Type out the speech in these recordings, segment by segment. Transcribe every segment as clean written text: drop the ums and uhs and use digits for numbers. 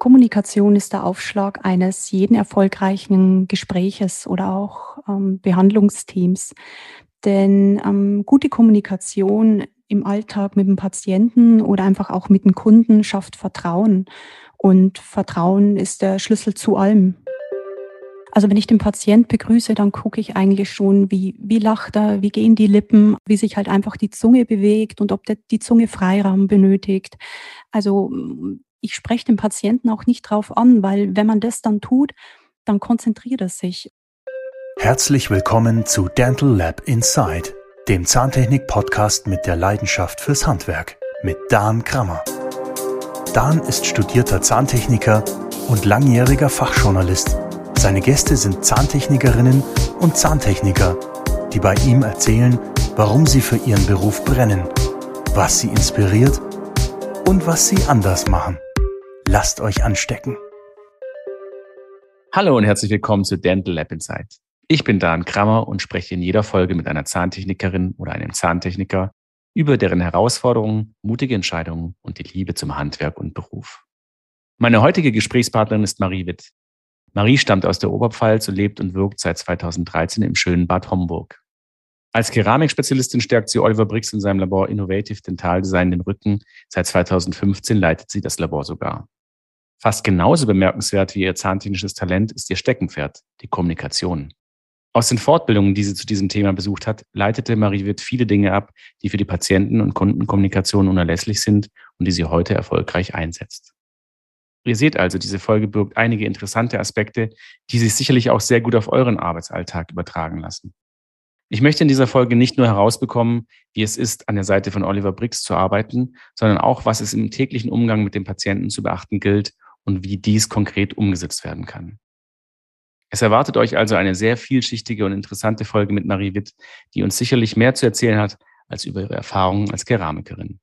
Kommunikation ist der Aufschlag eines jeden erfolgreichen Gespräches oder auch Behandlungsteams. Denn gute Kommunikation im Alltag mit dem Patienten oder einfach auch mit dem Kunden schafft Vertrauen. Und Vertrauen ist der Schlüssel zu allem. Also wenn ich den Patient begrüße, dann gucke ich eigentlich schon, wie lacht er, wie gehen die Lippen, wie sich halt einfach die Zunge bewegt und ob die Zunge Freiraum benötigt. Also ich spreche den Patienten auch nicht drauf an, weil wenn man das dann tut, dann konzentriert er sich. Herzlich willkommen zu Dental Lab Inside, dem Zahntechnik-Podcast mit der Leidenschaft fürs Handwerk mit Dan Krammer. Dan ist studierter Zahntechniker und langjähriger Fachjournalist. Seine Gäste sind Zahntechnikerinnen und Zahntechniker, die bei ihm erzählen, warum sie für ihren Beruf brennen, was sie inspiriert und was sie anders machen. Lasst euch anstecken. Hallo und herzlich willkommen zu Dental Lab Inside. Ich bin Dan Krammer und spreche in jeder Folge mit einer Zahntechnikerin oder einem Zahntechniker über deren Herausforderungen, mutige Entscheidungen und die Liebe zum Handwerk und Beruf. Meine heutige Gesprächspartnerin ist Marie Witt. Marie stammt aus der Oberpfalz und lebt und wirkt seit 2013 im schönen Bad Homburg. Als Keramikspezialistin stärkt sie Oliver Brix in seinem Labor Innovative Dental Design den Rücken. Seit 2015 leitet sie das Labor sogar. Fast genauso bemerkenswert wie ihr zahntechnisches Talent ist ihr Steckenpferd, die Kommunikation. Aus den Fortbildungen, die sie zu diesem Thema besucht hat, leitete Marie Witt viele Dinge ab, die für die Patienten- und Kundenkommunikation unerlässlich sind und die sie heute erfolgreich einsetzt. Ihr seht also, diese Folge birgt einige interessante Aspekte, die sich sicherlich auch sehr gut auf euren Arbeitsalltag übertragen lassen. Ich möchte in dieser Folge nicht nur herausbekommen, wie es ist, an der Seite von Oliver Brix zu arbeiten, sondern auch, was es im täglichen Umgang mit dem Patienten zu beachten gilt und wie dies konkret umgesetzt werden kann. Es erwartet euch also eine sehr vielschichtige und interessante Folge mit Marie Witt, die uns sicherlich mehr zu erzählen hat als über ihre Erfahrungen als Keramikerin.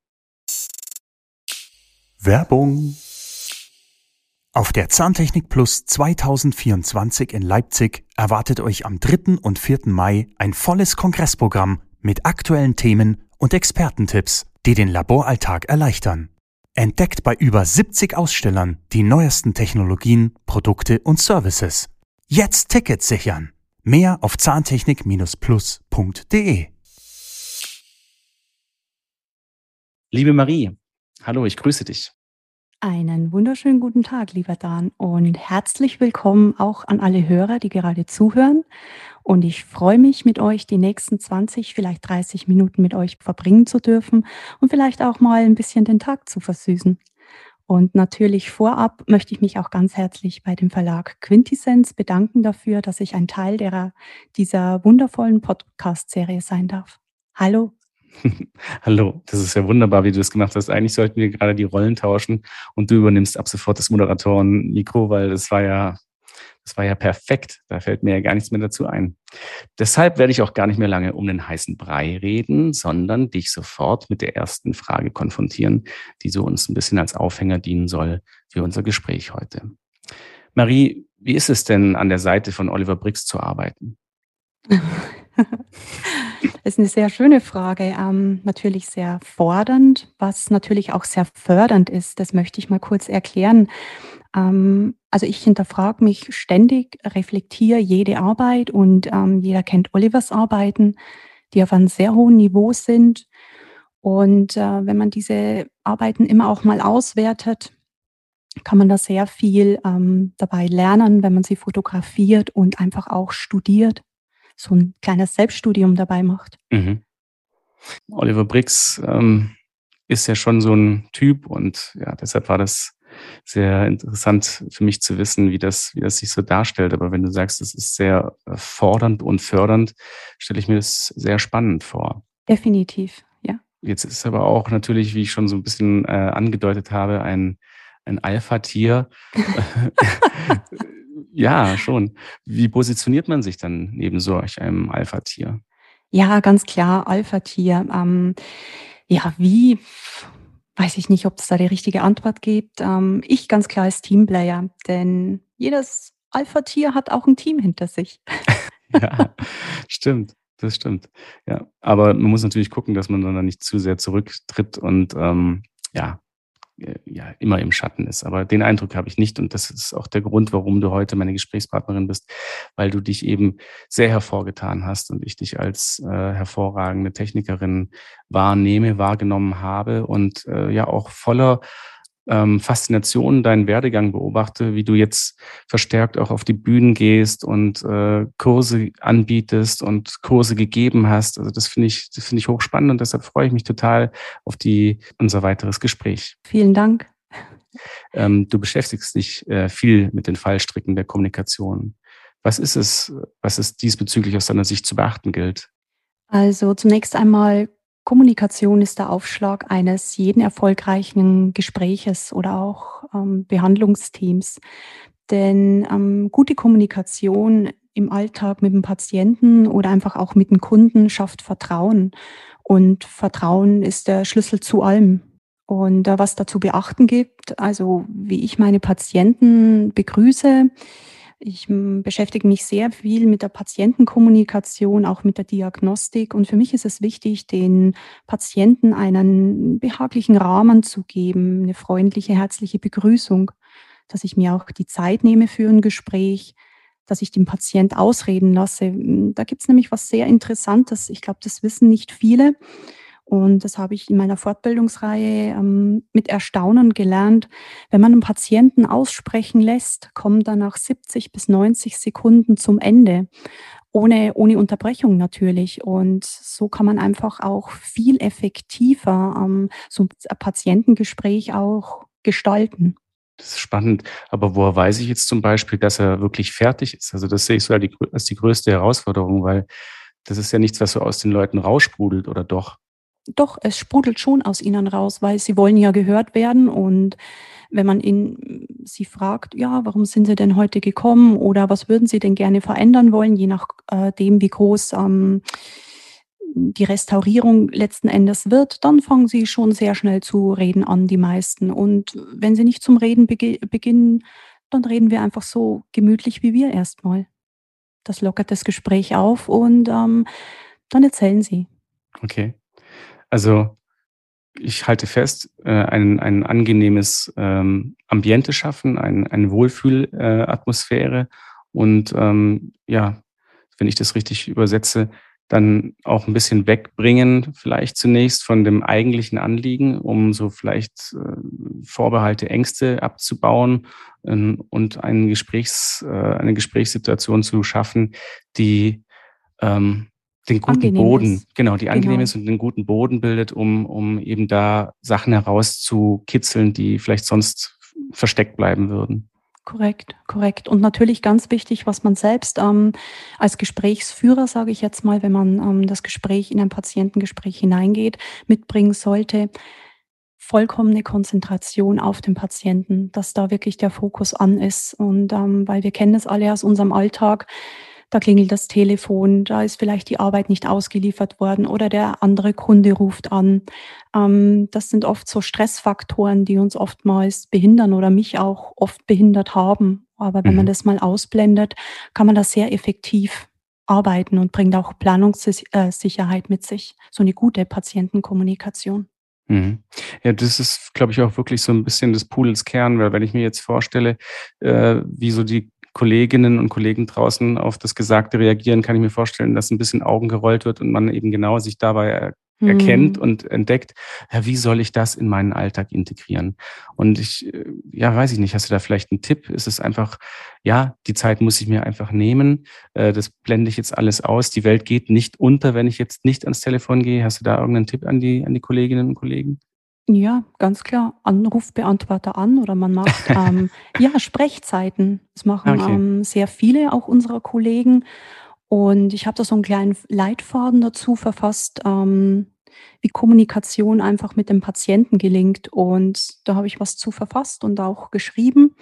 Werbung. Auf der Zahntechnik Plus 2024 in Leipzig erwartet euch am 3. und 4. Mai ein volles Kongressprogramm mit aktuellen Themen und Expertentipps, die den Laboralltag erleichtern. Entdeckt bei über 70 Ausstellern die neuesten Technologien, Produkte und Services. Jetzt Tickets sichern. Mehr auf zahntechnik-plus.de. Liebe Marie, hallo, ich grüße dich. Einen wunderschönen guten Tag, lieber Dan, und herzlich willkommen auch an alle Hörer, die gerade zuhören. Und ich freue mich, mit euch die nächsten 20, vielleicht 30 Minuten mit euch verbringen zu dürfen und vielleicht auch mal ein bisschen den Tag zu versüßen. Und natürlich vorab möchte ich mich auch ganz herzlich bei dem Verlag Quintessenz bedanken dafür, dass ich ein Teil dieser wundervollen Podcast-Serie sein darf. Hallo. Hallo, das ist ja wunderbar, wie du das gemacht hast. Eigentlich sollten wir gerade die Rollen tauschen und du übernimmst ab sofort das Moderatoren-Mikro, weil das war ja perfekt. Da fällt mir ja gar nichts mehr dazu ein. Deshalb werde ich auch gar nicht mehr lange um den heißen Brei reden, sondern dich sofort mit der ersten Frage konfrontieren, die so uns ein bisschen als Aufhänger dienen soll für unser Gespräch heute. Marie, wie ist es denn, an der Seite von Oliver Brix zu arbeiten? Das ist eine sehr schöne Frage. Natürlich sehr fordernd, was natürlich auch sehr fördernd ist. Das möchte ich mal kurz erklären. Also ich hinterfrage mich ständig, reflektiere jede Arbeit und jeder kennt Olivers Arbeiten, die auf einem sehr hohen Niveau sind. Und wenn man diese Arbeiten immer auch mal auswertet, kann man da sehr viel dabei lernen, wenn man sie fotografiert und einfach auch studiert, so ein kleines Selbststudium dabei macht. Mhm. Oliver Brix ist ja schon so ein Typ und ja, deshalb war das sehr interessant für mich zu wissen, wie das sich so darstellt. Aber wenn du sagst, es ist sehr fordernd und fördernd, stelle ich mir das sehr spannend vor. Definitiv, ja. Jetzt ist aber auch natürlich, wie ich schon so ein bisschen angedeutet habe, ein Alpha-Tier. Ja, schon. Wie positioniert man sich dann neben solch einem Alpha-Tier? Ja, ganz klar, Alpha-Tier. Ja, wie? Weiß ich nicht, ob es da die richtige Antwort gibt. Ich ganz klar als Teamplayer, denn jedes Alpha-Tier hat auch ein Team hinter sich. Ja, stimmt. Das stimmt. Ja, aber man muss natürlich gucken, dass man dann nicht zu sehr zurücktritt und ja, ja immer im Schatten ist. Aber den Eindruck habe ich nicht und das ist auch der Grund, warum du heute meine Gesprächspartnerin bist, weil du dich eben sehr hervorgetan hast und ich dich als hervorragende Technikerin wahrgenommen habe und ja auch voller Faszination deinen Werdegang beobachte, wie du jetzt verstärkt auch auf die Bühnen gehst und Kurse anbietest und Kurse gegeben hast. Also das finde ich hochspannend und deshalb freue ich mich total auf unser weiteres Gespräch. Vielen Dank. Du beschäftigst dich viel mit den Fallstricken der Kommunikation. Was ist es, was es diesbezüglich aus deiner Sicht zu beachten gilt? Also zunächst einmal, Kommunikation ist der Aufschlag eines jeden erfolgreichen Gespräches oder auch Behandlungsteams. Denn gute Kommunikation im Alltag mit dem Patienten oder einfach auch mit dem Kunden schafft Vertrauen. Und Vertrauen ist der Schlüssel zu allem. Und was da zu beachten gibt, also wie ich meine Patienten begrüße, ich beschäftige mich sehr viel mit der Patientenkommunikation, auch mit der Diagnostik. Und für mich ist es wichtig, den Patienten einen behaglichen Rahmen zu geben, eine freundliche, herzliche Begrüßung, dass ich mir auch die Zeit nehme für ein Gespräch, dass ich den Patient ausreden lasse. Da gibt es nämlich was sehr Interessantes. Ich glaube, das wissen nicht viele. Und das habe ich in meiner Fortbildungsreihe mit Erstaunen gelernt. Wenn man einen Patienten aussprechen lässt, kommt er nach 70 bis 90 Sekunden zum Ende, ohne Unterbrechung natürlich. Und so kann man einfach auch viel effektiver so ein Patientengespräch auch gestalten. Das ist spannend. Aber woher weiß ich jetzt zum Beispiel, dass er wirklich fertig ist? Also das sehe ich so als die größte Herausforderung, weil das ist ja nichts, was so aus den Leuten raussprudelt, oder doch? Doch, es sprudelt schon aus ihnen raus, weil sie wollen ja gehört werden. Und wenn man sie fragt: „Ja, warum sind Sie denn heute gekommen?“ oder „Was würden Sie denn gerne verändern wollen?“, je nach dem, wie groß die Restaurierung letzten Endes wird, dann fangen sie schon sehr schnell zu reden an, die meisten. Und wenn sie nicht zum Reden beginnen, dann reden wir einfach so gemütlich wie wir erstmal. Das lockert das Gespräch auf und dann erzählen sie. Okay. Also ich halte fest, ein angenehmes Ambiente schaffen, eine Wohlfühlatmosphäre Atmosphäre und ja, wenn ich das richtig übersetze, dann auch ein bisschen wegbringen, vielleicht zunächst von dem eigentlichen Anliegen, um so vielleicht Vorbehalte, Ängste abzubauen und eine Gesprächssituation zu schaffen, die ähm, den guten Angenehm Boden, ist. genau, die angenehm Genau. ist und den guten Boden bildet, um eben da Sachen herauszukitzeln, die vielleicht sonst versteckt bleiben würden. Korrekt, korrekt. Und natürlich ganz wichtig, was man selbst als Gesprächsführer, sage ich jetzt mal, wenn man das Gespräch in ein Patientengespräch hineingeht, mitbringen sollte, vollkommene Konzentration auf den Patienten, dass da wirklich der Fokus an ist. Und weil wir kennen das alle aus unserem Alltag, da klingelt das Telefon, da ist vielleicht die Arbeit nicht ausgeliefert worden oder der andere Kunde ruft an. Das sind oft so Stressfaktoren, die uns oftmals behindern oder mich auch oft behindert haben. Aber wenn man Mhm. das mal ausblendet, kann man da sehr effektiv arbeiten und bringt auch Planungssicherheit mit sich. So eine gute Patientenkommunikation. Mhm. Ja, das ist, glaube ich, auch wirklich so ein bisschen des Pudels Kern, weil wenn ich mir jetzt vorstelle, wie so die Kolleginnen und Kollegen draußen auf das Gesagte reagieren, kann ich mir vorstellen, dass ein bisschen Augen gerollt wird und man eben genau sich dabei erkennt Mhm. und entdeckt: „Ja, wie soll ich das in meinen Alltag integrieren?“ Und ja, weiß ich nicht, hast du da vielleicht einen Tipp? Ist es einfach: „Ja, die Zeit muss ich mir einfach nehmen, das blende ich jetzt alles aus. Die Welt geht nicht unter, wenn ich jetzt nicht ans Telefon gehe.“ Hast du da irgendeinen Tipp an die Kolleginnen und Kollegen? Ja, ganz klar. Anrufbeantworter an oder man macht, ja, Sprechzeiten. Das Ah, machen, okay. sehr viele auch unserer Kollegen. Und ich habe da so einen kleinen Leitfaden dazu verfasst, wie Kommunikation einfach mit dem Patienten gelingt. Und da habe ich was zu verfasst und auch geschrieben.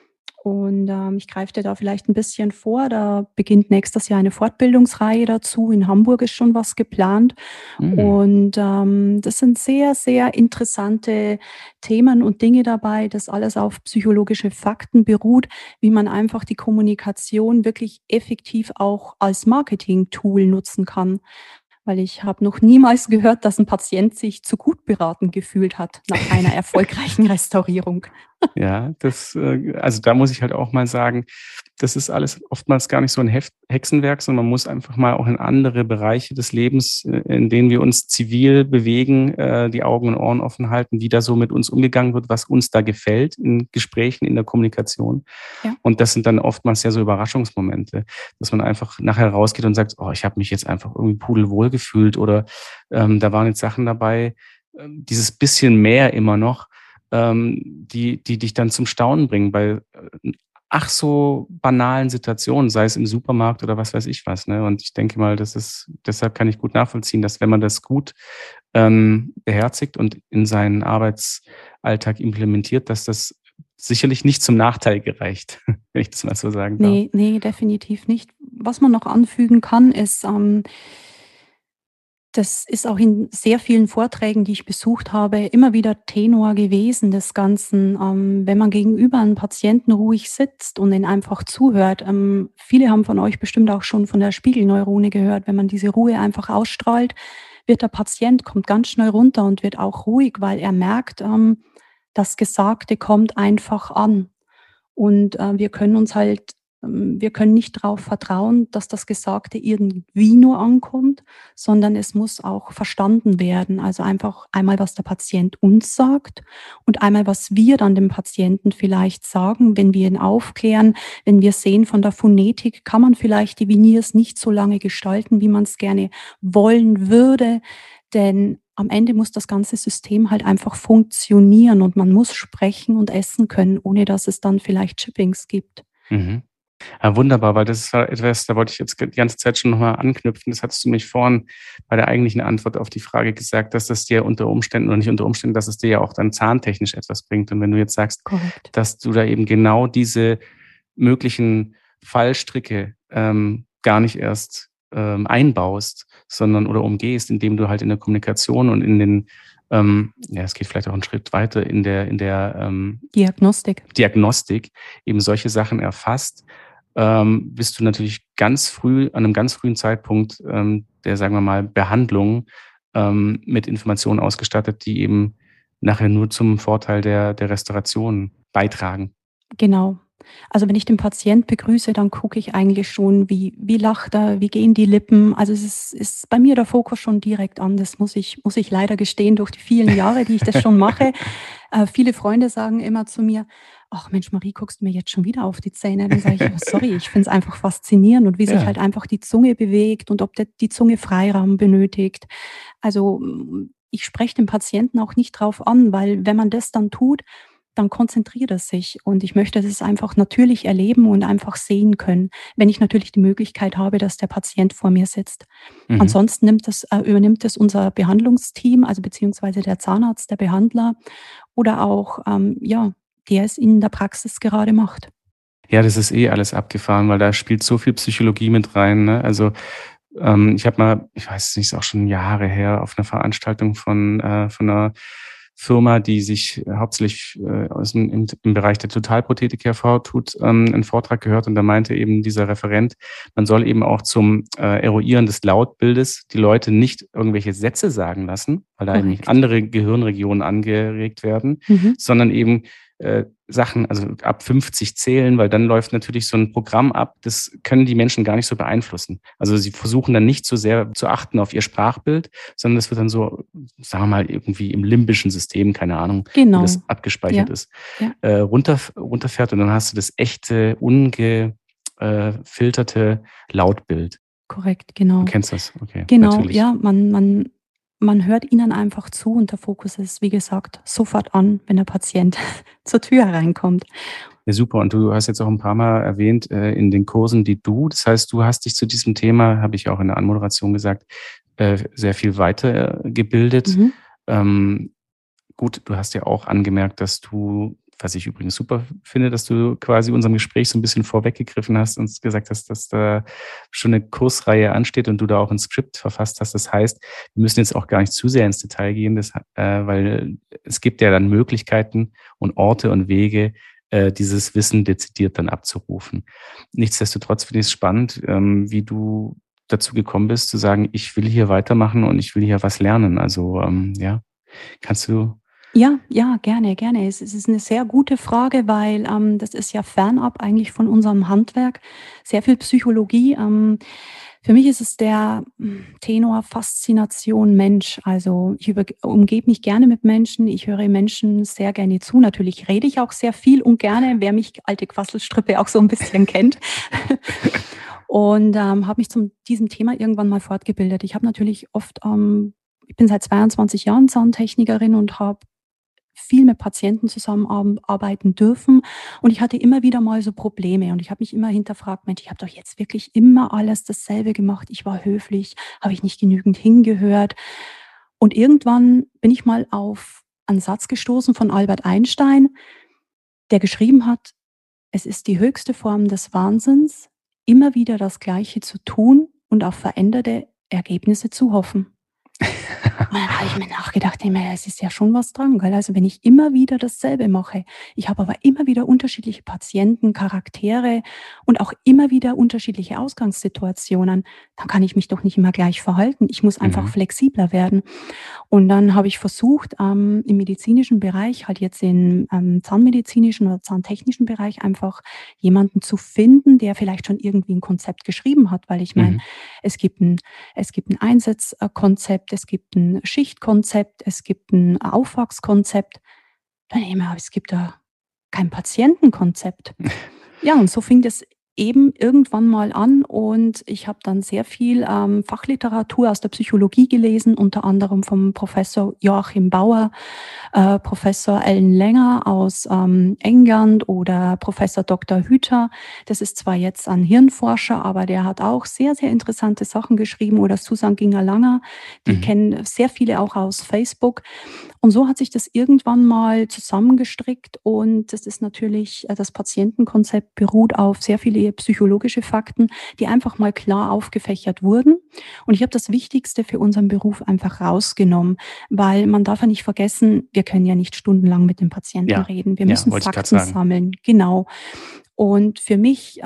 Und ich greife dir da vielleicht ein bisschen vor. Da beginnt nächstes Jahr eine Fortbildungsreihe dazu. In Hamburg ist schon was geplant. Mhm. Und das sind sehr, sehr interessante Themen und Dinge dabei, das alles auf psychologische Fakten beruht, wie man einfach die Kommunikation wirklich effektiv auch als Marketing-Tool nutzen kann. weil ich habe noch niemals gehört, dass ein Patient sich zu gut beraten gefühlt hat nach einer erfolgreichen Restaurierung. Ja, also da muss ich halt auch mal sagen, das ist alles oftmals gar nicht so ein Hexenwerk, sondern man muss einfach mal auch in andere Bereiche des Lebens, in denen wir uns zivil bewegen, die Augen und Ohren offen halten, wie da so mit uns umgegangen wird, was uns da gefällt in Gesprächen, in der Kommunikation. Ja. Und das sind dann oftmals ja so Überraschungsmomente, dass man einfach nachher rausgeht und sagt, oh, ich habe mich jetzt einfach irgendwie pudelwohl gefühlt oder da waren jetzt Sachen dabei, dieses bisschen mehr immer noch, die dich dann zum Staunen bringen bei ach so banalen Situationen, sei es im Supermarkt oder was weiß ich was. Ne? Und ich denke mal, deshalb kann ich gut nachvollziehen, dass wenn man das gut beherzigt und in seinen Arbeitsalltag implementiert, dass das sicherlich nicht zum Nachteil gereicht, wenn ich das mal so sagen darf. Nee, definitiv nicht. Was man noch anfügen kann, ist, das ist auch in sehr vielen Vorträgen, die ich besucht habe, immer wieder Tenor gewesen des Ganzen. Wenn man gegenüber einem Patienten ruhig sitzt und ihn einfach zuhört. Viele haben von euch bestimmt auch schon von der Spiegelneurone gehört. Wenn man diese Ruhe einfach ausstrahlt, wird der Patient, kommt ganz schnell runter und wird auch ruhig, weil er merkt, das Gesagte kommt einfach an. Und wir können nicht darauf vertrauen, dass das Gesagte irgendwie nur ankommt, sondern es muss auch verstanden werden. Also einfach einmal, was der Patient uns sagt und einmal, was wir dann dem Patienten vielleicht sagen, wenn wir ihn aufklären, wenn wir sehen, von der Phonetik kann man vielleicht die Veneers nicht so lange gestalten, wie man es gerne wollen würde, denn am Ende muss das ganze System halt einfach funktionieren und man muss sprechen und essen können, ohne dass es dann vielleicht Chippings gibt. Mhm. Ja, wunderbar, weil das war etwas, da wollte ich jetzt die ganze Zeit schon nochmal anknüpfen. Das hattest du mich vorhin bei der eigentlichen Antwort auf die Frage gesagt, dass das dir unter Umständen oder nicht unter Umständen, dass es dir ja auch dann zahntechnisch etwas bringt. Und wenn du jetzt sagst, Korrekt. dass du da eben genau diese möglichen Fallstricke gar nicht erst einbaust, sondern oder umgehst, indem du halt in der Kommunikation und in den, ja, es geht vielleicht auch einen Schritt weiter in der Diagnostik eben solche Sachen erfasst, bist du natürlich an einem ganz frühen Zeitpunkt der, sagen wir mal, Behandlung mit Informationen ausgestattet, die eben nachher nur zum Vorteil der Restauration beitragen. Genau. Also, wenn ich den Patient begrüße, dann gucke ich eigentlich schon, wie lacht er, wie gehen die Lippen. Also, es ist bei mir der Fokus schon direkt an. Das muss ich leider gestehen durch die vielen Jahre, die ich das schon mache. Viele Freunde sagen immer zu mir: „Ach Mensch, Marie, guckst du mir jetzt schon wieder auf die Zähne?“ Dann sage ich: „Oh, sorry, ich finde es einfach faszinierend und wie sich Ja. halt einfach die Zunge bewegt und ob die Zunge Freiraum benötigt.“ Also, ich spreche den Patienten auch nicht drauf an, weil wenn man das dann tut, dann konzentriert er sich und ich möchte das einfach natürlich erleben und einfach sehen können, wenn ich natürlich die Möglichkeit habe, dass der Patient vor mir sitzt. Mhm. Ansonsten übernimmt es unser Behandlungsteam, also beziehungsweise der Zahnarzt, der Behandler oder auch, ja, der es in der Praxis gerade macht. Ja, das ist eh alles abgefahren, weil da spielt so viel Psychologie mit rein, ne? Also, ich habe mal, ich weiß es nicht, ist auch schon Jahre her, auf einer Veranstaltung von 'ner Firma, die sich hauptsächlich aus dem im Bereich der Totalprothetik hervortut, 'n Vortrag gehört und da meinte eben dieser Referent, man soll eben auch zum Eruieren des Lautbildes die Leute nicht irgendwelche Sätze sagen lassen, weil da eben Korrekt. andere Gehirnregionen angeregt werden, Mhm. sondern eben Sachen, also ab 50 zählen, weil dann läuft natürlich so ein Programm ab, das können die Menschen gar nicht so beeinflussen. Also, sie versuchen dann nicht so sehr zu achten auf ihr Sprachbild, sondern das wird dann so, sagen wir mal, irgendwie im limbischen System, keine Ahnung, wo Genau. das abgespeichert Ja, ist, ja, runterfährt und dann hast du das echte, filterte Lautbild. korrekt, Du genau. kennst das? Okay, Genau, natürlich. ja, man hört ihnen einfach zu und der Fokus ist, wie gesagt, sofort an, wenn der Patient zur Tür hereinkommt. Ja, super. Und du hast jetzt auch ein paar Mal erwähnt, in den Kursen, das heißt, du hast dich zu diesem Thema, habe ich auch in der Anmoderation gesagt, sehr viel weitergebildet. Mhm. Ähm, gut, du hast ja auch angemerkt, dass du, was ich übrigens super finde, dass du quasi unserem Gespräch so ein bisschen vorweggegriffen hast und gesagt hast, dass da schon eine Kursreihe ansteht und du da auch ein Skript verfasst hast. Das heißt, wir müssen jetzt auch gar nicht zu sehr ins Detail gehen, weil es gibt ja dann Möglichkeiten und Orte und Wege, dieses Wissen dezidiert dann abzurufen. Nichtsdestotrotz finde ich es spannend, wie du dazu gekommen bist, zu sagen, ich will hier weitermachen und ich will hier was lernen. Also ja, kannst du. Ja, ja, gerne, gerne. Es ist eine sehr gute Frage, weil, das ist ja fernab eigentlich von unserem Handwerk, sehr viel Psychologie. Für mich ist es der, Tenor Faszination Mensch. Also, ich umgebe mich gerne mit Menschen. Ich höre Menschen sehr gerne zu. Natürlich rede ich auch sehr viel und gerne, wer mich, alte Quasselstrippe, auch so ein bisschen kennt. Und, habe mich zum diesem Thema irgendwann mal fortgebildet. Ich habe natürlich oft, ich bin seit 22 Jahren Zahntechnikerin und habe viel mit Patienten zusammenarbeiten dürfen. Und ich hatte immer wieder mal so Probleme und ich habe mich immer hinterfragt: „Mensch, ich habe doch jetzt wirklich immer alles dasselbe gemacht. Ich war höflich. Habe ich nicht genügend hingehört?“ Und irgendwann bin ich mal auf einen Satz gestoßen von Albert Einstein, der geschrieben hat: „Es ist die höchste Form des Wahnsinns, immer wieder das Gleiche zu tun und auf veränderte Ergebnisse zu hoffen.“ Und dann habe ich mir nachgedacht, ey, es ist ja schon was dran, gell? Also, wenn ich immer wieder dasselbe mache, ich habe aber immer wieder unterschiedliche Patienten, Charaktere und auch immer wieder unterschiedliche Ausgangssituationen, dann kann ich mich doch nicht immer gleich verhalten. Ich muss einfach Mhm. flexibler werden. Und dann habe ich versucht, im medizinischen Bereich, halt jetzt im, zahnmedizinischen oder zahntechnischen Bereich, einfach jemanden zu finden, der vielleicht schon irgendwie ein Konzept geschrieben hat, weil ich meine, Mhm. es gibt ein es gibt ein Einsatzkonzept, es gibt ein Schichtkonzept, es gibt ein Aufwachskonzept. Dann denke ich mir: „Aber es gibt da kein Patientenkonzept.“ Ja, und so fing das eben irgendwann mal an und ich habe dann sehr viel, Fachliteratur aus der Psychologie gelesen, unter anderem vom Professor Joachim Bauer, Professor Ellen Länger aus, England oder Professor Dr. Hüther. Das ist zwar jetzt ein Hirnforscher, aber der hat auch sehr, sehr interessante Sachen geschrieben, oder Susan Ginger-Langer, die Mhm. kennen sehr viele auch aus Facebook. Und so hat sich das irgendwann mal zusammengestrickt und das ist natürlich das Patientenkonzept beruht auf sehr viele psychologische Fakten, die einfach mal klar aufgefächert wurden. Und ich habe das Wichtigste für unseren Beruf einfach rausgenommen, weil man darf ja nicht vergessen, wir können ja nicht stundenlang mit dem Patienten Ja, reden. Wir ja, müssen wollte ich gerade Fakten sagen. sammeln, genau. Und für mich,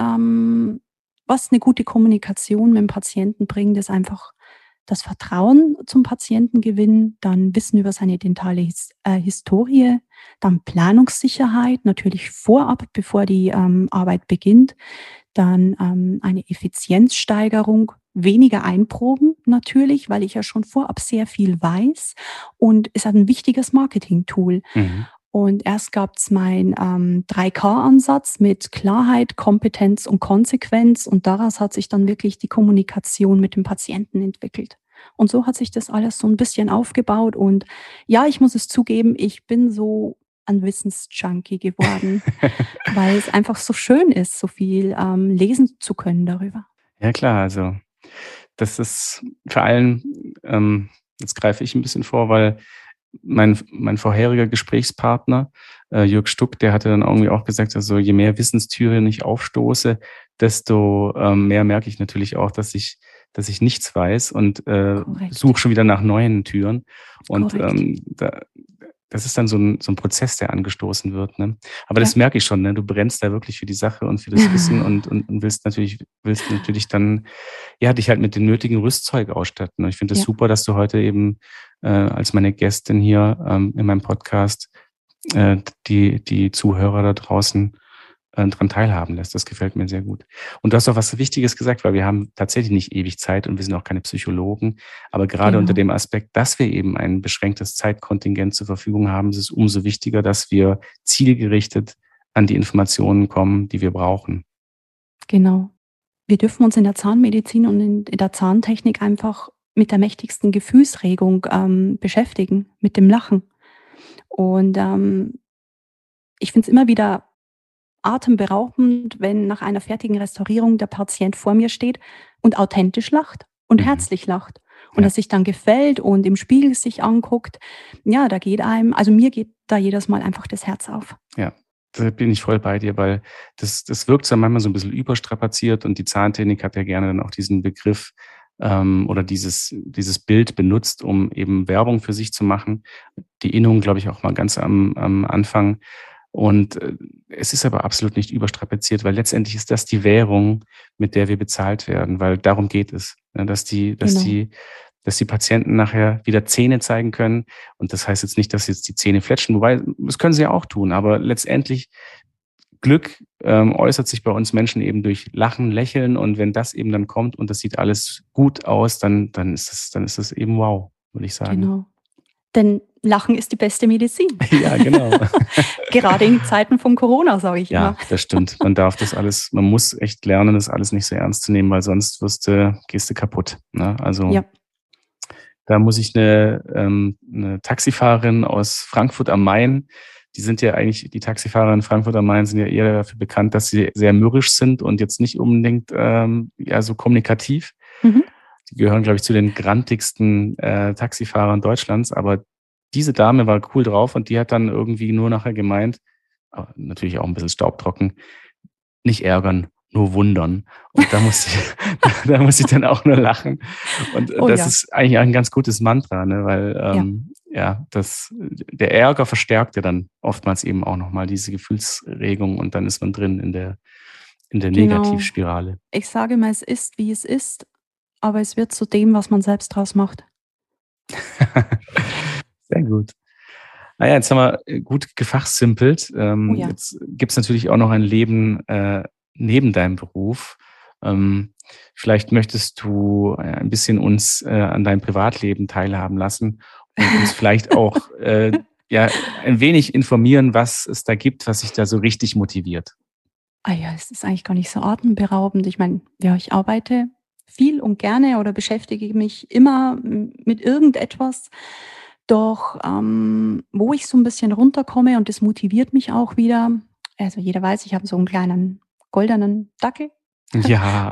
was eine gute Kommunikation mit dem Patienten bringt, ist einfach das Vertrauen zum Patienten gewinnen, dann Wissen über seine dentale Historie, dann Planungssicherheit, natürlich vorab, bevor die, Arbeit beginnt, dann, eine Effizienzsteigerung, weniger Einproben natürlich, weil ich ja schon vorab sehr viel weiß und ist ein wichtiges Marketing-Tool. Mhm. Und erst gab's mein, 3K-Ansatz mit Klarheit, Kompetenz und Konsequenz und daraus hat sich dann wirklich die Kommunikation mit dem Patienten entwickelt. Und so hat sich das alles so ein bisschen aufgebaut und ja, ich muss es zugeben, ich bin so ein Wissensjunkie geworden, weil es einfach so schön ist, so viel, lesen zu können darüber. Ja klar, also das ist vor allem, jetzt greife ich ein bisschen vor, weil mein vorheriger Gesprächspartner, Jörg Stuck, der hatte dann irgendwie auch gesagt, also, je mehr Wissenstüren ich aufstoße, desto, mehr merke ich natürlich auch, dass ich nichts weiß und, Korrekt, suche schon wieder nach neuen Türen. Und, korrekt. das ist dann so ein Prozess, der angestoßen wird, ne? Aber Ja. das merke ich schon, ne? Du brennst da wirklich für die Sache und für das Wissen und willst natürlich dann, ja, dich halt mit dem nötigen Rüstzeug ausstatten. Und ich finde es Ja. super, dass du heute eben, als meine Gästin hier, in meinem Podcast, äh, die Zuhörer da draußen, dran teilhaben lässt. Das gefällt mir sehr gut. Und du hast auch was Wichtiges gesagt, weil wir haben tatsächlich nicht ewig Zeit und wir sind auch keine Psychologen. Aber gerade unter Genau, dem Aspekt, dass wir eben ein beschränktes Zeitkontingent zur Verfügung haben, ist es umso wichtiger, dass wir zielgerichtet an die Informationen kommen, die wir brauchen. genau. Wir dürfen uns in der Zahnmedizin und in der Zahntechnik einfach mit der mächtigsten Gefühlsregung, beschäftigen, mit dem Lachen. Und, ich finde es immer wieder atemberaubend, wenn nach einer fertigen Restaurierung der Patient vor mir steht und authentisch lacht und Mhm. herzlich lacht und Ja, das sich dann gefällt und im Spiegel sich anguckt. Ja, da geht einem, also mir geht da jedes Mal einfach das Herz auf. ja. Da bin ich voll bei dir, weil das wirkt zwar manchmal so ein bisschen überstrapaziert und die Zahntechnik hat ja gerne dann auch diesen Begriff, oder dieses Bild benutzt, um eben Werbung für sich zu machen. Die Innung, glaube ich, auch mal ganz am Anfang. Und es ist aber absolut nicht überstrapaziert, weil letztendlich ist das die Währung, mit der wir bezahlt werden, weil darum geht es, ne, Genau. dass die Patienten nachher wieder Zähne zeigen können. Und das heißt jetzt nicht, dass jetzt die Zähne fletschen, wobei, das können sie ja auch tun, aber letztendlich Glück äußert sich bei uns Menschen eben durch Lachen, Lächeln, und wenn das eben dann kommt und das sieht alles gut aus, dann ist das eben wow, würde ich sagen. Genau. Denn Lachen ist die beste Medizin. Ja, genau. Gerade in Zeiten von Corona, sage ich immer. Ja, das stimmt. Man muss echt lernen, das alles nicht so ernst zu nehmen, weil sonst gehst du kaputt, ne? Also, Ja. da muss ich eine Taxifahrerin aus Frankfurt am Main, die Taxifahrer in Frankfurt am Main sind ja eher dafür bekannt, dass sie sehr mürrisch sind und jetzt nicht unbedingt ja, so kommunikativ. Mhm. Die gehören, glaube ich, zu den grantigsten Taxifahrern Deutschlands, aber diese Dame war cool drauf und die hat dann irgendwie nur nachher gemeint, aber natürlich auch ein bisschen staubtrocken, nicht ärgern, nur wundern. Und da muss ich, da muss ich dann auch nur lachen. Und Oh das ja. ist eigentlich ein ganz gutes Mantra, ne? Weil Ja. ja, der Ärger verstärkt ja dann oftmals eben auch nochmal diese Gefühlsregung und dann ist man drin in der Genau. Negativspirale. Ich sage immer, es ist, wie es ist, aber es wird zu dem, was man selbst draus macht. Sehr gut. Naja, jetzt haben wir gut gefachsimpelt. Oh ja. Jetzt gibt es natürlich auch noch ein Leben neben deinem Beruf. Vielleicht möchtest du ein bisschen uns an deinem Privatleben teilhaben lassen und uns vielleicht auch ja, ein wenig informieren, was es da gibt, was sich da so richtig motiviert. Ah ja, es ist eigentlich gar nicht so atemberaubend. Ich meine, ja, ich arbeite viel und gerne oder beschäftige mich immer mit irgendetwas. Doch wo ich so ein bisschen runterkomme und das motiviert mich auch wieder, also jeder weiß, ich habe so einen kleinen goldenen Dackel, Ja,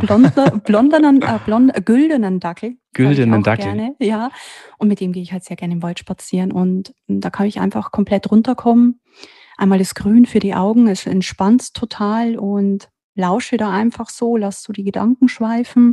güldenen Dackel, sage ich güldenen auch Dackel. gerne, ja. Und mit dem gehe ich halt sehr gerne im Wald spazieren und da kann ich einfach komplett runterkommen. Einmal das Grün für die Augen, es entspannt total und lausche da einfach so, lass so die Gedanken schweifen.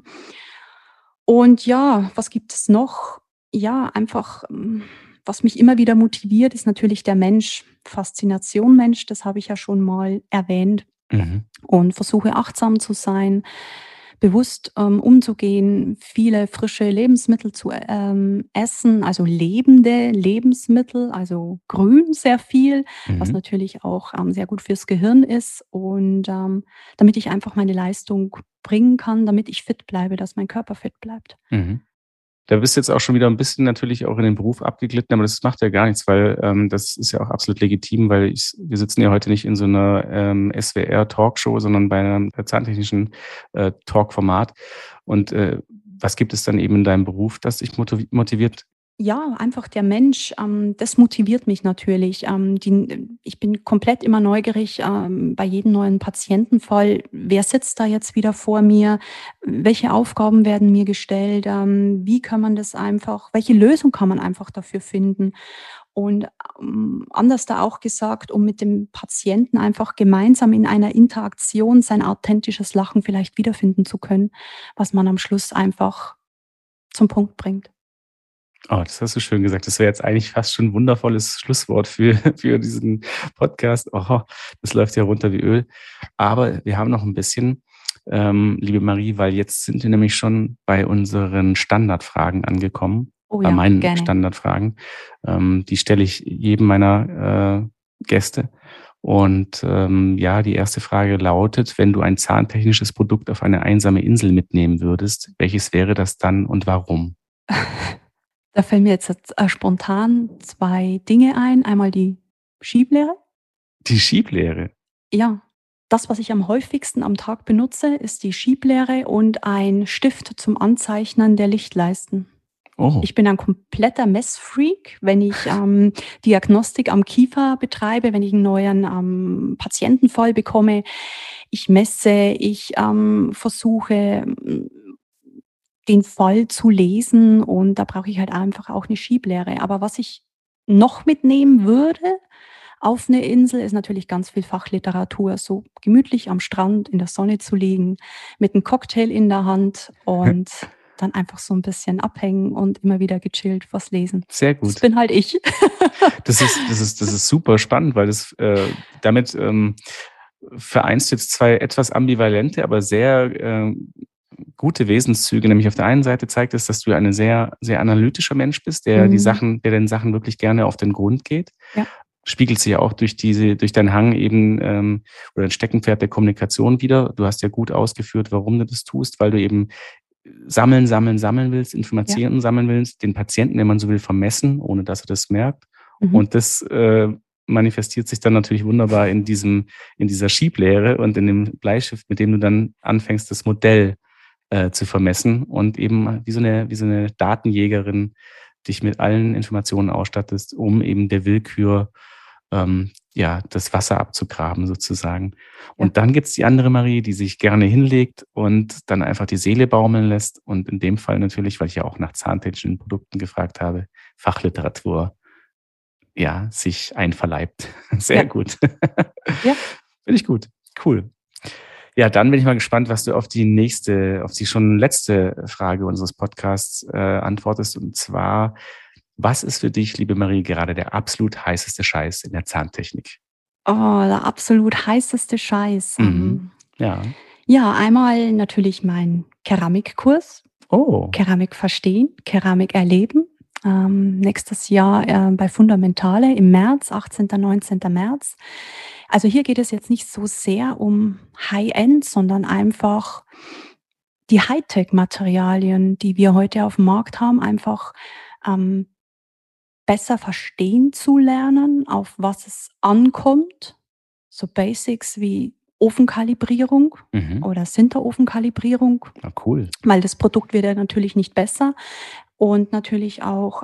Und ja, was gibt es noch? Ja, einfach, was mich immer wieder motiviert, ist natürlich der Mensch. Faszination Mensch, das habe ich ja schon mal erwähnt, Mhm. und versuche achtsam zu sein, bewusst umzugehen, viele frische Lebensmittel zu essen, also lebende Lebensmittel, also grün sehr viel, was Mhm. natürlich auch sehr gut fürs Gehirn ist und damit ich einfach meine Leistung bringen kann, damit ich fit bleibe, dass mein Körper fit bleibt. Mhm. Da bist du jetzt auch schon wieder ein bisschen natürlich auch in den Beruf abgeglitten, aber das macht ja gar nichts, weil das ist ja auch absolut legitim, weil wir sitzen ja heute nicht in so einer SWR-Talkshow, sondern bei einem zahntechnischen Talkformat. Und was gibt es dann eben in deinem Beruf, das dich motiviert? Ja, einfach der Mensch, das motiviert mich natürlich. Ich bin komplett immer neugierig bei jedem neuen Patientenfall. Wer sitzt da jetzt wieder vor mir? Welche Aufgaben werden mir gestellt? Wie kann man das einfach, welche Lösung kann man einfach dafür finden? Und anders da auch gesagt, um mit dem Patienten einfach gemeinsam in einer Interaktion sein authentisches Lachen vielleicht wiederfinden zu können, was man am Schluss einfach zum Punkt bringt. Oh, das hast du schön gesagt. Das wäre jetzt eigentlich fast schon ein wundervolles Schlusswort für, für diesen Podcast. Oh, das läuft ja runter wie Öl. Aber wir haben noch ein bisschen, liebe Marie, weil jetzt sind wir nämlich schon bei unseren Standardfragen angekommen, Oh bei ja, meinen gerne. Standardfragen. Die stelle ich jedem meiner Gäste. Und ja, die erste Frage lautet, wenn du ein zahntechnisches Produkt auf eine einsame Insel mitnehmen würdest, welches wäre das dann und warum? Da fällen mir jetzt spontan 2 Dinge ein. Einmal die Skiblätter. Die Skiblätter. Ja, das, was ich am häufigsten am Tag benutze, ist die Skiblätter und ein Stift zum Anzeichnen der Lichtleisten. Oh. Ich bin ein kompletter Messfreak, wenn ich Diagnostik am Kiefer betreibe, wenn ich einen neuen Patientenfall bekomme. Ich messe, ich versuche den Fall zu lesen und da brauche ich halt einfach auch 'ne Skiblätter. Aber was ich noch mitnehmen würde auf 'ne Insel, ist natürlich ganz viel Fachliteratur, so gemütlich am Strand in der Sonne zu liegen, mit 'nem Cocktail in der Hand und dann einfach so ein bisschen abhängen und immer wieder gechillt was lesen. Sehr Das gut. bin halt ich. Das ist super spannend, weil damit vereinst du jetzt zwei etwas ambivalente, aber sehr gute Wesenszüge. Nämlich auf der einen Seite zeigt es, dass du ein sehr, sehr analytischer Mensch bist, der Mhm. den Sachen wirklich gerne auf den Grund geht. Ja. Spiegelt sich ja auch durch deinen Hang eben oder ein Steckenpferd der Kommunikation wieder. Du hast ja gut ausgeführt, warum du das tust, weil du eben sammeln willst, Ja. Informationen sammeln willst, den Patienten, wenn man so will, vermessen, ohne dass er das merkt. Mhm. Und das manifestiert sich dann natürlich wunderbar in dieser Schieblehre und in dem Bleistift, mit dem du dann anfängst, das Modell zu vermessen und eben wie so eine Datenjägerin dich mit allen Informationen ausstattest, um eben der Willkür das Wasser abzugraben sozusagen. Ja. Und dann gibt's die andere Marie, die sich gerne hinlegt und dann einfach die Seele baumeln lässt und in dem Fall natürlich, weil ich ja auch nach zahntechnischen Produkten gefragt habe, Fachliteratur, ja, sich einverleibt. Sehr Ja. gut. Ja. Finde ich gut. Cool. Ja, dann bin ich mal gespannt, was du auf die schon letzte Frage unseres Podcasts antwortest. Und zwar, was ist für dich, liebe Marie, gerade der absolut heißeste Scheiß in der Zahntechnik? Oh, der absolut heißeste Scheiß. Mhm. Ja. Ja, einmal natürlich mein Keramikkurs, Oh. Keramik verstehen, Keramik erleben. Nächstes Jahr bei Fundamentale im März, 18., 19. März. Also hier geht es jetzt nicht so sehr um High-End, sondern einfach die Hightech-Materialien, die wir heute auf dem Markt haben, einfach ähm, besser verstehen zu lernen, auf was es ankommt. So Basics wie Ofenkalibrierung Mhm. oder Sinterofenkalibrierung, Na cool. weil das Produkt wird ja natürlich nicht besser. Und natürlich auch,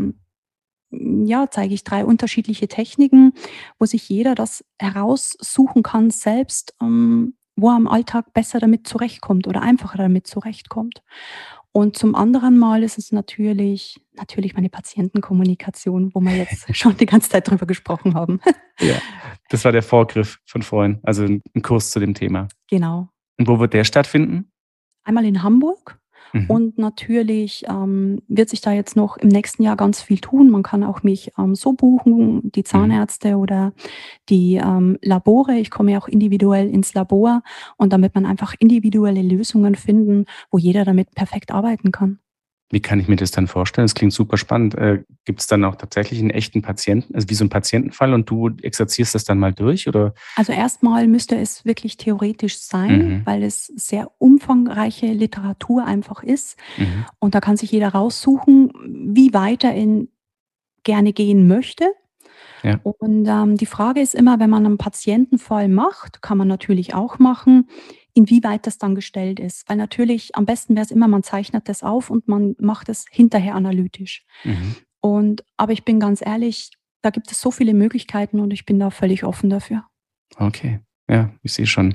ja, zeige ich 3 unterschiedliche Techniken, wo sich jeder das heraussuchen kann selbst, wo er im Alltag besser damit zurechtkommt oder einfacher damit zurechtkommt. Und zum anderen Mal ist es natürlich meine Patientenkommunikation, wo wir jetzt schon die ganze Zeit drüber gesprochen haben. Ja, das war der Vorgriff von vorhin, also ein Kurs zu dem Thema. Genau. Und wo wird der stattfinden? Einmal in Hamburg Mhm. und natürlich, wird sich da jetzt noch im nächsten Jahr ganz viel tun. Man kann auch mich, so buchen, die Mhm. Zahnärzte oder die, Labore. Ich komme ja auch individuell ins Labor und damit man einfach individuelle Lösungen finden, wo jeder damit perfekt arbeiten kann. Wie kann ich mir das dann vorstellen? Das klingt super spannend. Gibt es dann auch tatsächlich einen echten Patienten, also wie so 'n Patientenfall und du exerzierst das dann mal durch, oder? Also erstmal müsste es wirklich theoretisch sein, Mhm. weil es sehr umfangreiche Literatur einfach ist Mhm. und da kann sich jeder raussuchen, wie weit er gerne gehen möchte. Ja. Und, die Frage ist immer, wenn man einen Patientenfall macht, kann man natürlich auch machen, inwieweit das dann gestellt ist. Weil natürlich am besten wäre es immer, man zeichnet das auf und man macht es hinterher analytisch. Mhm. Aber ich bin ganz ehrlich, da gibt es so viele Möglichkeiten und ich bin da völlig offen dafür. Okay. Ja, ich sehe schon.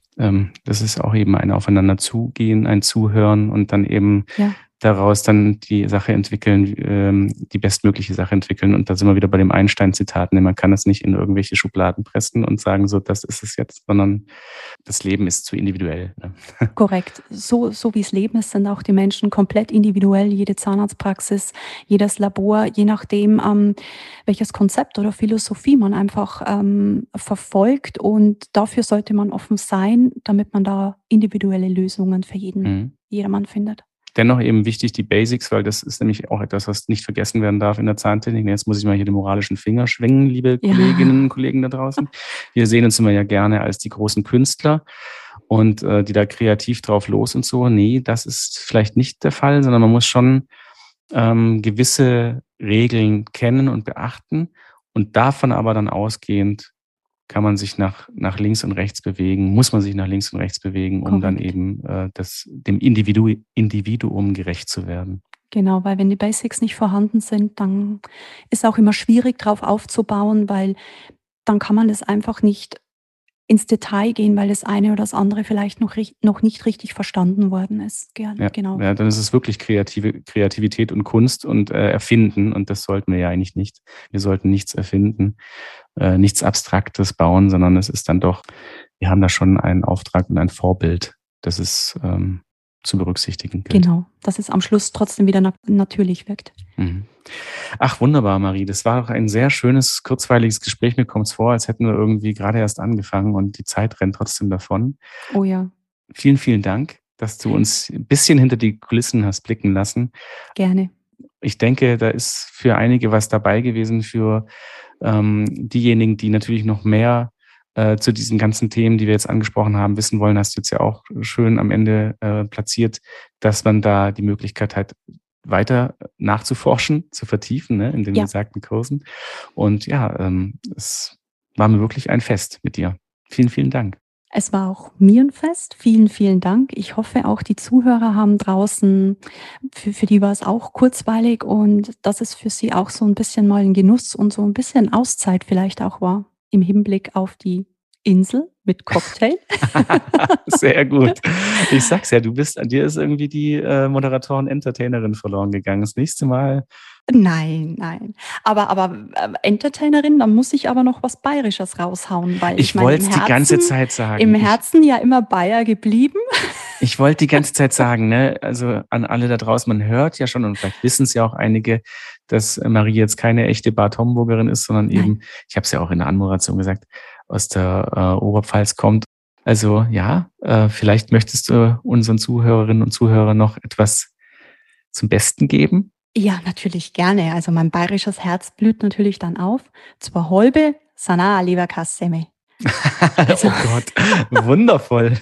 Das ist auch eben ein Aufeinander zugehen, ein Zuhören und dann eben Ja. daraus dann die Sache entwickeln, die bestmögliche Sache entwickeln. Und da sind wir wieder bei dem Einstein-Zitat, ne? Man kann das nicht in irgendwelche Schubladen pressen und sagen, so, das ist es jetzt, sondern das Leben ist zu individuell, ne? Korrekt. So wie's Leben ist, sind auch die Menschen komplett individuell. Jede Zahnarztpraxis, jedes Labor, je nachdem, welches Konzept oder Philosophie man einfach, verfolgt. Und dafür sollte man offen sein, damit man da individuelle Lösungen für Mhm. jedermann findet. Dennoch eben wichtig die Basics, weil das ist nämlich auch etwas, was nicht vergessen werden darf in der Zahntechnik. Jetzt muss ich mal hier den moralischen Finger schwingen, liebe Kolleginnen und Ja, Kollegen da draußen. Wir sehen uns immer ja gerne als die großen Künstler und die da kreativ drauf los und so. Nee, das ist vielleicht nicht der Fall, sondern man muss schon gewisse Regeln kennen und beachten und davon aber dann ausgehend kann man sich nach links und rechts bewegen, muss man sich nach links und rechts bewegen, um dann korrekt. eben dem Individuum gerecht zu werden. Genau, weil wenn die Basics nicht vorhanden sind, dann ist auch immer schwierig, drauf aufzubauen, weil dann kann man das einfach nicht ins Detail gehen, weil das eine oder das andere vielleicht noch nicht richtig verstanden worden ist. Ja, Genau. ja, dann ist es wirklich Kreativität und Kunst und Erfinden und das sollten wir ja eigentlich nicht. Wir sollten nichts erfinden, nichts Abstraktes bauen, sondern es ist dann doch, wir haben da schon einen Auftrag und ein Vorbild. Das ist zu berücksichtigen gilt. Genau, dass es am Schluss trotzdem wieder natürlich wirkt. Mhm. Ach, wunderbar, Marie. Das war doch ein sehr schönes, kurzweiliges Gespräch. Mir kommt es vor, als hätten wir irgendwie gerade erst angefangen und die Zeit rennt trotzdem davon. Oh ja. Vielen, vielen Dank, dass du uns ein bisschen hinter die Kulissen hast blicken lassen. Gerne. Ich denke, da ist für einige was dabei gewesen, für diejenigen, die natürlich noch mehr zu diesen ganzen Themen, die wir jetzt angesprochen haben, wissen wollen, hast du jetzt ja auch schön am Ende platziert, dass man da die Möglichkeit hat, weiter nachzuforschen, zu vertiefen, ne, in den gesagten Kursen. Und ja, es war mir wirklich ein Fest mit dir. Vielen, vielen Dank. Es war auch mir ein Fest. Vielen, vielen Dank. Ich hoffe, auch die Zuhörer haben draußen, für die war es auch kurzweilig und dass es für sie auch so ein bisschen mal ein Genuss und so ein bisschen Auszeit vielleicht auch war im Hinblick auf die Insel mit Cocktail. Sehr gut. Ich sag's ja, dir ist irgendwie die Moderatorin-Entertainerin verloren gegangen. Das nächste Mal. Nein. Aber Entertainerin, da muss ich aber noch was Bayerisches raushauen, weil ich wollte es die ganze Zeit sagen. Im Herzen ja immer Bayer geblieben. Ich wollte die ganze Zeit sagen, ne, also an alle da draußen, man hört ja schon und vielleicht wissen es ja auch einige, dass Marie jetzt keine echte Bad Homburgerin ist, sondern eben, ich habe es ja auch in der Anmoderation gesagt, aus der Oberpfalz kommt. Also ja, vielleicht möchtest du unseren Zuhörerinnen und Zuhörern noch etwas zum Besten geben? Ja, natürlich gerne. Also mein bayerisches Herz blüht natürlich dann auf. Zwar halbe, sana lieber Kassemme. Also, oh Gott, wundervoll.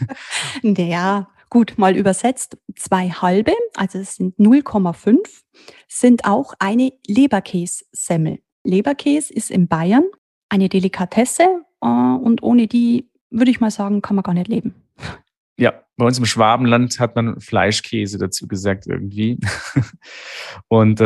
Ja, gut, mal übersetzt. 2 halbe, also es sind 0,5, sind auch eine Leberkässemmel. Leberkäse ist in Bayern eine Delikatesse und ohne die, würde ich mal sagen, kann man gar nicht leben. Ja, bei uns im Schwabenland hat man Fleischkäse dazu gesagt irgendwie. Und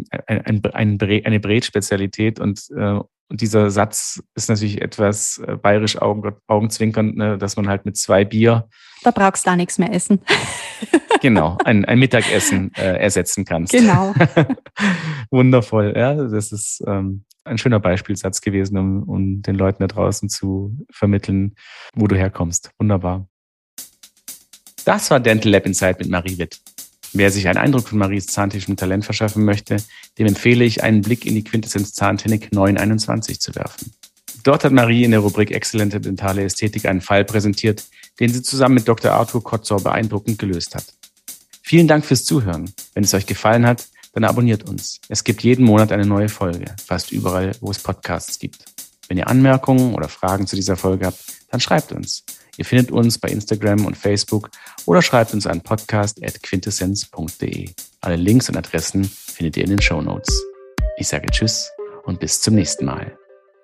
eine Bretspezialität. Und dieser Satz ist natürlich etwas bayerisch augenzwinkernd, ne, dass man halt mit 2 Bier... Da brauchst du da nichts mehr essen. Genau, ein Mittagessen ersetzen kannst. Genau. Wundervoll, ja. Das ist ein schöner Beispielsatz gewesen, um den Leuten da draußen zu vermitteln, wo du herkommst. Wunderbar. Das war Dental Lab Inside mit Marie Witt. Wer sich einen Eindruck von Maries zahntechnischem Talent verschaffen möchte, dem empfehle ich, einen Blick in die Quintessenz Zahntechnik 921 zu werfen. Dort hat Marie in der Rubrik Exzellente dentale Ästhetik einen Fall präsentiert, den sie zusammen mit Dr. Arthur Kotzor beeindruckend gelöst hat. Vielen Dank fürs Zuhören. Wenn es euch gefallen hat, dann abonniert uns. Es gibt jeden Monat eine neue Folge, fast überall, wo es Podcasts gibt. Wenn ihr Anmerkungen oder Fragen zu dieser Folge habt, dann schreibt uns. Ihr findet uns bei Instagram und Facebook oder schreibt uns an podcast@quintessenz.de. Alle Links und Adressen findet ihr in den Shownotes. Ich sage Tschüss und bis zum nächsten Mal.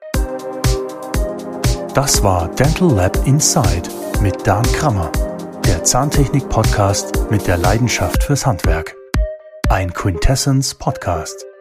Das war Dental Lab Inside mit Dan Krammer, der Zahntechnik-Podcast mit der Leidenschaft fürs Handwerk. Ein Quintessence-Podcast.